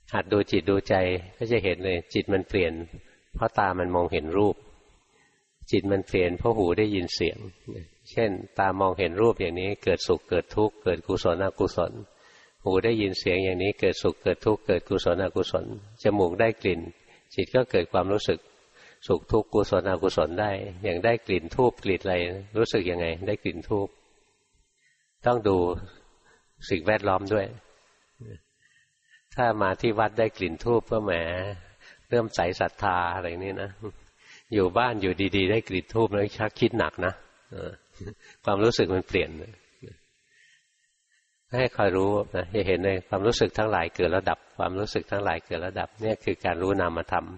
หัดดูจิตดูใจก็จะเห็นเลยจิตมันเปลี่ยนเพราะตามันมองเห็นรูปจิตมันเปลี่ยนเพราะหูได้ยินเสียงเช่นตามองเห็นรูปอย่างนี้เกิดสุขเกิดทุกข์เกิดกุศลอกุศลหูได้ยินเสียงอย่างนี้เกิดสุขเกิดทุกข์เกิดกุศลอกุศลจมูกได้กลิ่นจิตก็เกิดความรู้สึกสุขทุกข์กุศลอกุศลได้อย่างได้กลิ่นธูปกลิ่นอะไรรู้สึกยังไงได้กลิ่นธูปต้องดูสิ่งแวดล้อมด้วยถ้ามาที่วัดได้กลิ่นธูปก็แหมเริ่มใส่ศรัทธาอะไรนี่นะอยู่บ้านอยู่ดีๆได้กลิ่นธูปแล้วชักคิดหนักนะความรู้สึกมันเปลี่ยนให้คอยรู้นะจะเห็นเลยความรู้สึกทั้งหลายเกิดแล้วดับความรู้สึกทั้งหลายเกิดแล้วดับเนี่ยคือการรู้นามธรรม